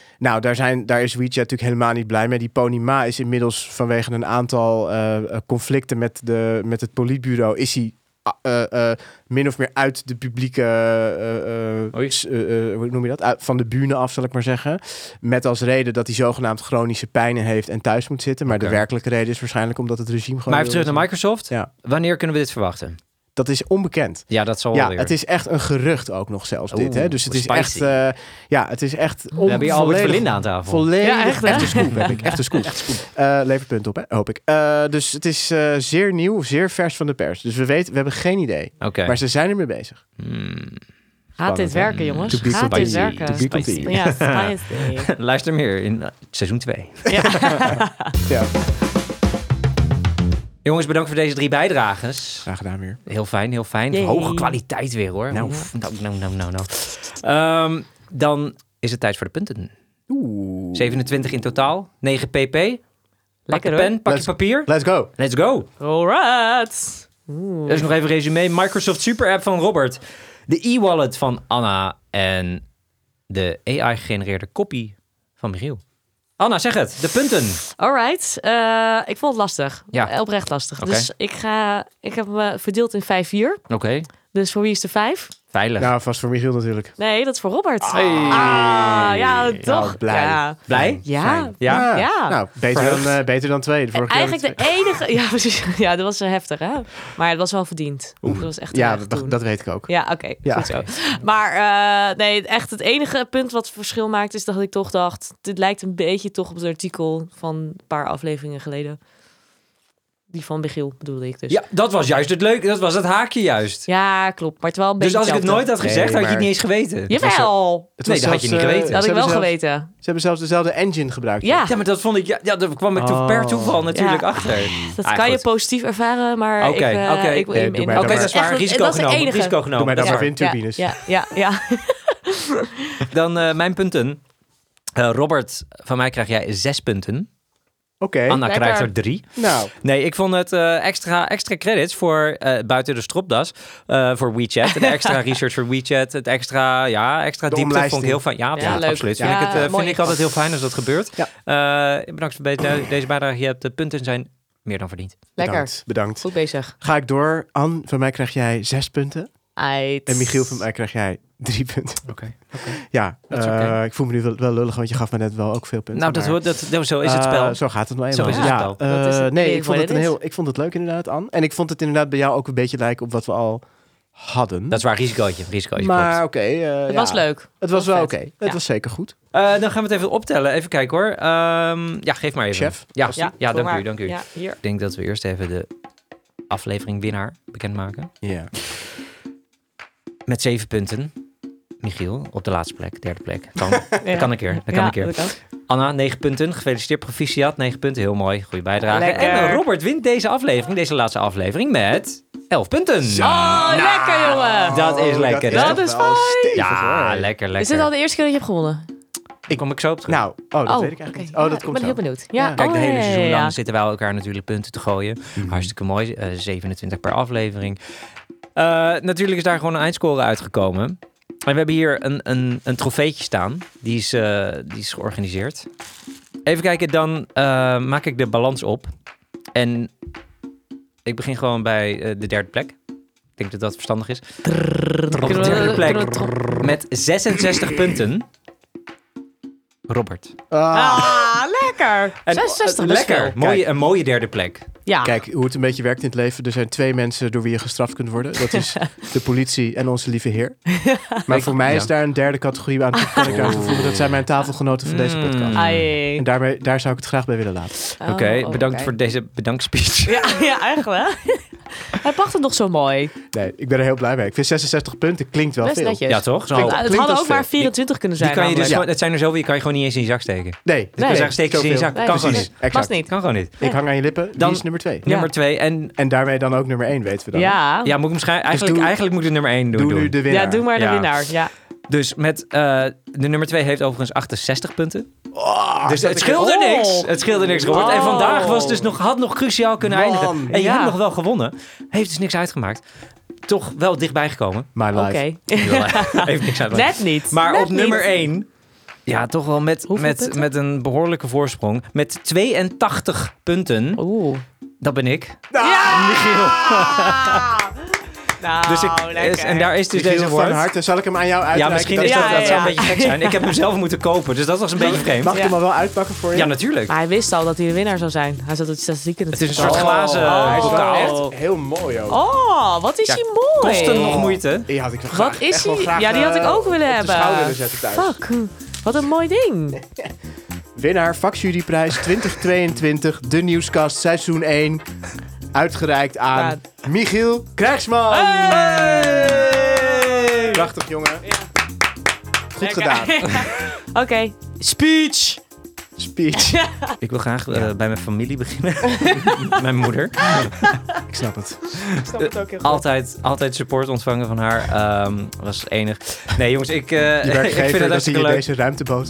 daar is WeChat natuurlijk helemaal niet blij mee. Die Pony Ma is inmiddels vanwege een aantal conflicten met het politbureau, is hij min of meer uit de publieke, hoe noem je dat? Van de bühne af, zal ik maar zeggen. Met als reden dat hij zogenaamd chronische pijnen heeft en thuis moet zitten. Maar de werkelijke reden is waarschijnlijk omdat het regime gewoon... Maar even terug naar Microsoft. Ja. Wanneer kunnen we dit verwachten? Dat is onbekend. Ja, dat zal Ja, weer. het is echt een gerucht ook nog zelfs dit. Hè? Dus het is spicy. echt... het is echt... We hebben hier Albert Verlinde aan tafel. Volledig. Ja, echt, hè? Echte scoop heb ik. Echte scoop. Levert punt op, hè? Hoop ik. Dus het is zeer nieuw, zeer vers van de pers. Dus we hebben geen idee. Oké. Maar ze zijn ermee bezig. Gaat dit werken, jongens? To be Gaat dit continued. werken? To be continued. Ja, spicy. Luister meer in seizoen 2. Ja. Jongens, bedankt voor deze 3 bijdrages. Graag gedaan weer. Heel fijn, heel fijn. Yay. Hoge kwaliteit weer, hoor. Nou. Nou. Dan is het tijd voor de punten. 27 in totaal. 9 pp. Pak Lekker, de hoor. pen, pak je papier. Let's go. Let's go. Alright. Dus nog even resume. Microsoft Super App van Robert. De e-wallet van Anna. En de AI-gegenereerde kopie van Michiel. Anna, zeg het. De punten. Alright. Ik vond het lastig. Ja. Oprecht lastig. Oké. Dus ik heb me verdeeld in 5-4. Oké. Dus voor wie is de 5? Veilig. Nou, vast voor Michiel natuurlijk. Nee, dat is voor Robert. Hey. Ja, toch? Nou, blij. Ja. Blij? Ja. Ja? Ja. Nou, beter dan 2. De vorige keer Eigenlijk de enige... Ja, precies. Ja, dat was heftig, hè? Maar het was wel verdiend. Dat was echt Ja, erg toen. dat weet ik ook. Ja, oké. Ja. Goed zo. Maar nee, echt het enige punt wat verschil maakt... is dat ik toch dacht... dit lijkt een beetje toch op het artikel van een paar afleveringen geleden. Die van Michiel bedoelde ik dus. Ja, dat was juist het leuke. Dat was het haakje juist. Ja, klopt. Maar het wel een beetje Dus als ik het hetzelfde. nooit had gezegd, Nee, had je het maar- niet eens geweten. Jawel! Nee, dat had je niet geweten. Dat had ik Ze wel hebben geweten. Ze hebben zelfs dezelfde engine gebruikt. Ja, Ja, maar dat vond ik... Ja, daar kwam ik per toeval natuurlijk Ja. achter. dat Ah, kan je goed. positief erveren, maar Oké, ik... oké. ik Nee, doe mij Oké, dan dat is waar. Echt, Risico dat is het genomen. enige. Risico genomen. Doe mij dan Dat is maar waar. windturbines. Ja. Dan mijn punten. Robert, van mij krijg jij 6 punten. Oké. Anna Lekker. krijgt er 3. Nou, Nee, ik vond het extra credits voor buiten de stropdas voor WeChat. De extra research voor WeChat. Het extra diepte omlijsting. vond ik heel fijn. Ja, absoluut. leuk. Absoluut. Ja, Vind mooi ik altijd heel fijn als dat gebeurt. Ja. Bedankt voor deze bijdrage. Je hebt de punten zijn meer dan verdiend. Lekker. Bedankt. Goed bezig. Ga ik door. Anne, van mij krijg jij 6 punten. Uit. En Michiel, van mij krijg jij 3 punten. Oké. Ja, Dat is oké. ik voel me nu wel lullig, want je gaf me net wel ook veel punten. Nou, maar, zo is het spel. Zo gaat het nou Zo eenmaal. is het Ja, spel. Dat is het nee, leven ik vond wat het het is. ik vond het leuk inderdaad, Anne. En ik vond het inderdaad bij jou ook een beetje lijken op wat we al hadden. Dat is waar, risicootje. Maar oké. Het was leuk. Het was wel vet. oké. Het Ja. was zeker goed. Dan gaan we het even optellen. Even kijken hoor. Ja, geef maar even. Chef? Ja, Ja, ja doe dank u, maar. dank u. Ja, hier. Ik denk dat we eerst even de aflevering winnaar bekendmaken. Ja. Met 7 punten. Michiel op de laatste plek, derde plek. Kan een keer. Dat kan Ja, een keer. dat kan. Anna, 9 punten. Gefeliciteerd, proficiat. 9 punten, heel mooi. Goede bijdrage. Lekker. En Robert wint deze laatste aflevering, met 11 punten. Oh, lekker jongen. Dat is lekker, hè? Dat is wel fijn. stevig, Ja, hoor. lekker. Is dit al de eerste keer dat je hebt gewonnen? Kom ik zo op terug. Nou, dat weet ik oké. eigenlijk niet. Ja, Oh, dat ik komt ben zo. heel benieuwd. Ja. Ja. Kijk, de hele ja, seizoen ja. lang zitten wij elkaar natuurlijk punten te gooien. Mhm. Hartstikke mooi. 27 per aflevering. Natuurlijk is daar gewoon een eindscore uitgekomen. En we hebben hier een trofeetje staan. Die is georganiseerd. Even kijken, dan maak ik de balans op. En ik begin gewoon bij de derde plek. Ik denk dat dat verstandig is. Op de derde plek met 66 punten. Robert. Lekker. En, 66 lekker. verschil. Een mooie derde plek. Ja. Kijk, hoe het een beetje werkt in het leven. Er zijn 2 mensen door wie je gestraft kunt worden. Dat is de politie en onze lieve heer. Maar voor mij is daar een derde categorie aan toe. Kan ik aan toevoegen. Dat zijn mijn tafelgenoten van deze podcast. Ai. En daar zou ik het graag bij willen laten. Oké, bedankt oké. voor deze bedankspeech. Ja, eigenlijk. Hij pakt het nog zo mooi. Nee, ik ben er heel blij mee. Ik vind 66 punten klinkt wel Best veel. netjes. Ja, toch? Zo. Klinkt- Het klinkt hadden als ook maar veel. 24 kunnen zijn. Die kan je dus namelijk. gewoon, het zijn er zoveel, je kan je gewoon niet eens in je zak steken. Nee, Dus ik wil zeggen, steek ze in je zak. Nee, Kan gewoon precies. niet. Exact. Past niet. Kan gewoon niet. Ik hang aan je lippen. Dan- Die is nummer 2. Ja. Nummer 2. En En daarmee dan ook nummer 1, weten we dan. Ja. ja, moet ik misschien, doe- eigenlijk moet ik de nummer 1 doen. Doe nu de winnaar. Ja, doe maar de Ja. winnaar. Ja. Dus met de nummer 2 heeft overigens 68 punten. Dus dat het ik- scheelde Oh. niks. Het scheelde niks, Robert. En Oh. vandaag was dus had nog cruciaal kunnen Man. eindigen. En je Ja. hebt nog wel gewonnen. Heeft dus niks uitgemaakt. Toch wel dichtbij gekomen. My life. Oké. Heeft niks uitgemaakt. Net niet. Maar Net op nummer niet. 1, ja, toch wel Hoeveel met punten? een behoorlijke voorsprong. Met 82 punten. Oeh. Dat ben ik. Ja! Michiel. Nou, Dus lekker. en daar is dus Michiel, deze van woord. harte. Zal ik hem aan jou Ja, uitreiken? misschien Dat- is Ja, dat zou ja. een beetje gek zijn. Ik heb hem zelf moeten kopen, dus dat was een beetje vreemd. Mag ik hem Ja. al wel uitpakken voor je? Ja, natuurlijk. Maar hij wist al dat hij de winnaar zou zijn. Hij zat het statistieken Het is een soort glazen Hij is wel bokaal. echt heel mooi ook. Oh, wat is Ja, hij mooi. Kost hem nog moeite. Die had ik wel Wat graag, is echt wel hij? graag, Ja, die had ik ook willen op hebben. de schouder willen zetten thuis. Fuck. Wat een mooi ding. Winnaar vakjuryprijs 2022. De Nieuwskast seizoen 1. Uitgereikt aan Michiel Krijgsman. Hey! Prachtig, jongen. Goed Lekker. gedaan. Oké. Speech. Speech. Ik wil graag bij mijn familie beginnen. Mijn moeder. Ik snap het. Ik snap het ook heel goed. Altijd support ontvangen van haar. Was enig. Nee, jongens, ik Je vind werkgever het dat hij hartstikke je leuk. deze ruimte bood.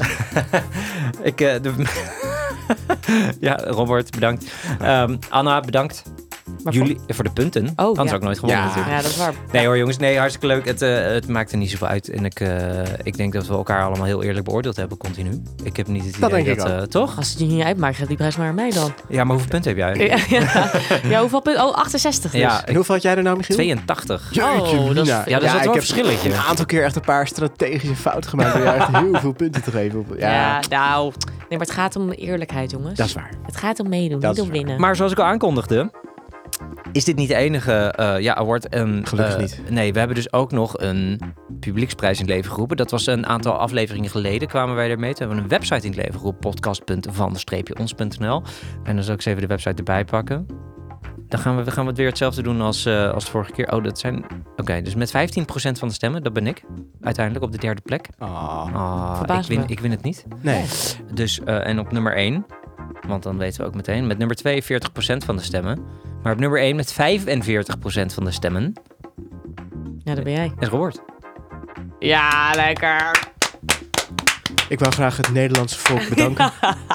Ja, Robert, bedankt. Anna, bedankt. Jullie voor de punten. Anders ja. had ik nooit gewonnen Ja. natuurlijk. Ja, dat is waar. Nee hoor jongens, nee, hartstikke leuk. Het maakt er niet zoveel uit. En ik denk dat we elkaar allemaal heel eerlijk beoordeeld hebben continu. Ik heb niet het Dat idee denk ik dat... toch? Als het je niet uitmaakt, geef die prijs maar aan mij dan. Ja, maar hoeveel punten heb jij? Ja, hoeveel punten? Oh, 68 dus. Ja, En hoeveel had jij er nou, Michiel? 82. Jeetje, Oh, dat is Mina. veel. Ja, dat is wel ik een heb verschilletje. een aantal keer echt een paar strategische fouten gemaakt. Door jou echt heel veel punten te geven. Ja, nou. Nee, maar het gaat om eerlijkheid, jongens. Dat is waar. Het gaat om meedoen, Dat niet is om waar. winnen. Maar zoals ik al aankondigde, is dit niet de enige award. Gelukkig niet. Nee, we hebben dus ook nog een publieksprijs in het leven geroepen. Dat was een aantal afleveringen geleden, kwamen wij ermee. Toen hebben we een website in het leven geroepen, podcast.van-ons.nl. En dan zal ik eens even de website erbij pakken. Dan gaan we het weer hetzelfde doen als de vorige keer. Oh, dat zijn... Oké, dus met 15% van de stemmen, dat ben ik. Uiteindelijk op de 3e plek. Verbaas me. Ik win het niet. Nee. Dus, en op nummer 1, want dan weten we ook meteen, met nummer 2 40% van de stemmen. Maar op nummer 1 met 45% van de stemmen Ja, dat ben jij. is Robert. Ja, lekker. Ik wou graag het Nederlandse volk bedanken.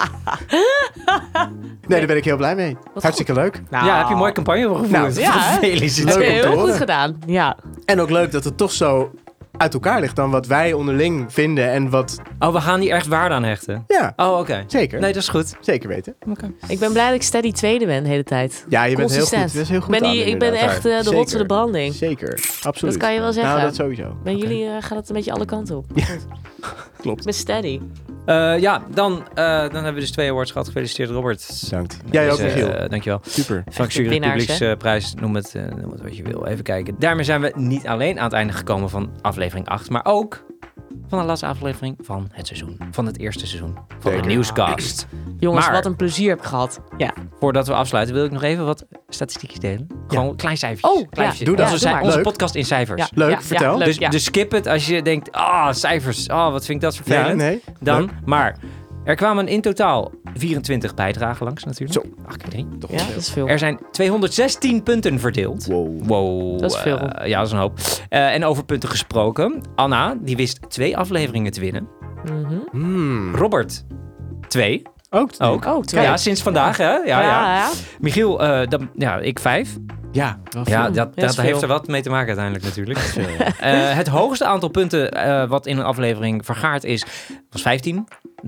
Nee, daar ben ik heel blij mee. Hartstikke leuk. Nou, Ja, heb je een mooie campagne voor gevoerd. Nou, ja, hè? Gefeliciteerd. Leuk om te heel goed horen. gedaan. Ja. En ook leuk dat het toch zo uit elkaar ligt dan wat wij onderling vinden en wat... Oh, we gaan hier echt waarde aan hechten. Ja, Oh, oké. zeker. Nee, dat is goed. Zeker weten. Ik ben blij dat ik steady tweede ben de hele tijd. Ja, je bent heel goed. Consistent. Dat is heel goed. Ik ben, aan, ik ben inderdaad. echt de Zeker. rots in de branding. Zeker, absoluut. Dat kan je wel zeggen. Nou, dat sowieso. Bij jullie gaat het een beetje alle kanten op. Ja, Goed. klopt. Ik ben steady. Dan hebben we dus 2 awards gehad. Gefeliciteerd, Robert. Bedankt. Jij ook, Dus, Michiel. dankjewel. Super. Vaksjury winnaars, Publieksprijs, noem het wat je wil. Even kijken. Daarmee zijn we niet alleen aan het einde gekomen van aflevering 8, maar ook van de laatste aflevering van het seizoen. Van het eerste seizoen van Zeker. de Nieuwscast. Jongens, Maar- wat een plezier heb ik gehad. Ja. Voordat we afsluiten wil ik nog even wat statistiekjes delen. Gewoon een klein cijfertje. Oh, Klein ja. cijfertje. Doe dat. Onze, Ja, doe maar. onze Leuk. podcast in cijfers. Ja. Leuk, Ja, vertel. leuk, Dus, ja. dus skip het als je denkt, cijfers, wat vind ik dat Ja, vervelend. nee. Dan, Leuk. maar er kwamen in totaal 24 bijdragen langs natuurlijk. Zo. 8 keer 3. Toch Ja, wel dat veel. is veel. Er zijn 216 punten verdeeld. Wow. Dat is veel. Ja, dat is een hoop. En over punten gesproken. Anna, die wist 2 afleveringen te winnen. Mhm. Robert, 2. Ook. Oh, 2. Ja, sinds vandaag, hè? Ja. ja. Michiel, ik 5. Ja, wel veel. Ja, veel. dat Dat is heeft veel. er wat mee te maken uiteindelijk natuurlijk. Veel. Het hoogste aantal punten wat in een aflevering vergaard is, was 15.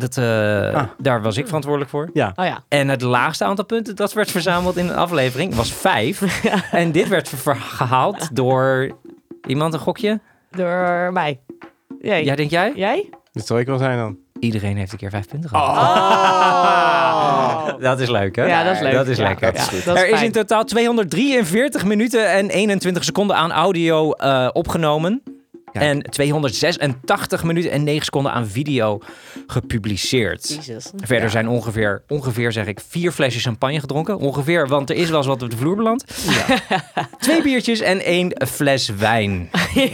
Daar was ik verantwoordelijk voor. Ja. Oh ja. En het laagste aantal punten dat werd verzameld in een aflevering was 5. En dit werd gehaald door iemand, een gokje. Door mij. Jij? Ja, denk jij? Jij? Dat zal ik wel zijn dan. Iedereen heeft een keer 5 punten gehad. Oh. Dat is leuk, hè? Ja, dat is leuk. Dat is Ja, lekker. dat is goed. Dat is Er is fijn. in totaal 243 minuten en 21 seconden aan audio opgenomen. Ja. En 286 minuten en 9 seconden aan video gepubliceerd. Jezus. Verder zijn ongeveer zeg ik 4 flesjes champagne gedronken. Ongeveer, want er is wel eens wat op de vloer beland. Ja. 2 biertjes en 1 fles wijn.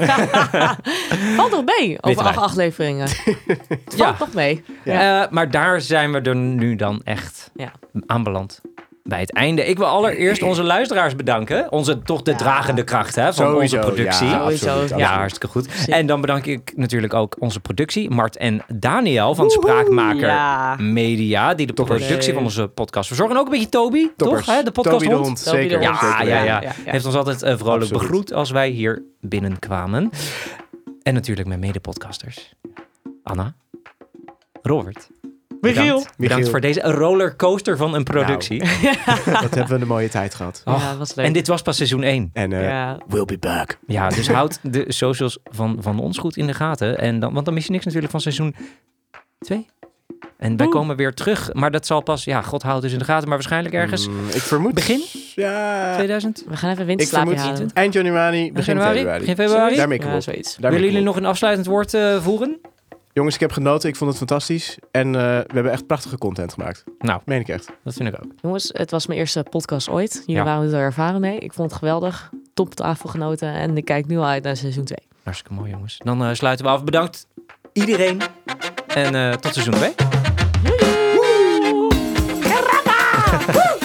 Valt toch mee over wijn. 8 afleveringen? Valt Ja. toch mee? Maar daar zijn we er nu dan echt Ja. aanbeland. Bij het einde. Ik wil allereerst onze luisteraars bedanken. Toch de dragende kracht hè, van Sowieso, onze productie. ja, Sowieso, absoluut, ja. Ja, absoluut. hartstikke goed. Zeker. En dan bedank ik natuurlijk ook onze productie. Mart en Daniel van Spraakmaker Ja. Media. Die de Toppers. productie van onze podcast verzorgen. En ook een beetje Toby, Toppers. toch? Hè? De Toby de podcasthond. hond, Toby de zeker. hond. Ja, zeker. ja, ja. Ja. Heeft ons altijd vrolijk Absoluut. begroet als wij hier binnenkwamen. En natuurlijk mijn mede-podcasters. Anna, Robert. Michiel. Bedankt voor deze rollercoaster van een productie. Wat hebben we een mooie tijd gehad. Ja, dat was leuk. En dit was pas seizoen 1. En Ja. we'll be back. Ja, dus houd de socials van ons goed in de gaten. En want dan mis je niks natuurlijk van seizoen 2. En wij komen weer terug. Maar dat zal pas, god houdt dus in de gaten. Maar waarschijnlijk ergens Ik vermoed... begin Ja. 2000. We gaan even Ik winterslaapje vermoed halen. eind januari, begin januari? februari. Begin februari? Daarmee kom Ja, ik. zoiets. Willen jullie nog een afsluitend woord voeren? Jongens, ik heb genoten. Ik vond het fantastisch. En we hebben echt prachtige content gemaakt. Nou, Meen ik echt. dat vind ik ook. Jongens, het was mijn eerste podcast ooit. Jullie Ja. waren er ervaren mee. Ik vond het geweldig. Top tafelgenoten. En ik kijk nu al uit naar seizoen 2. Hartstikke mooi jongens. Dan sluiten we af. Bedankt iedereen. En tot seizoen 2. Joejoe!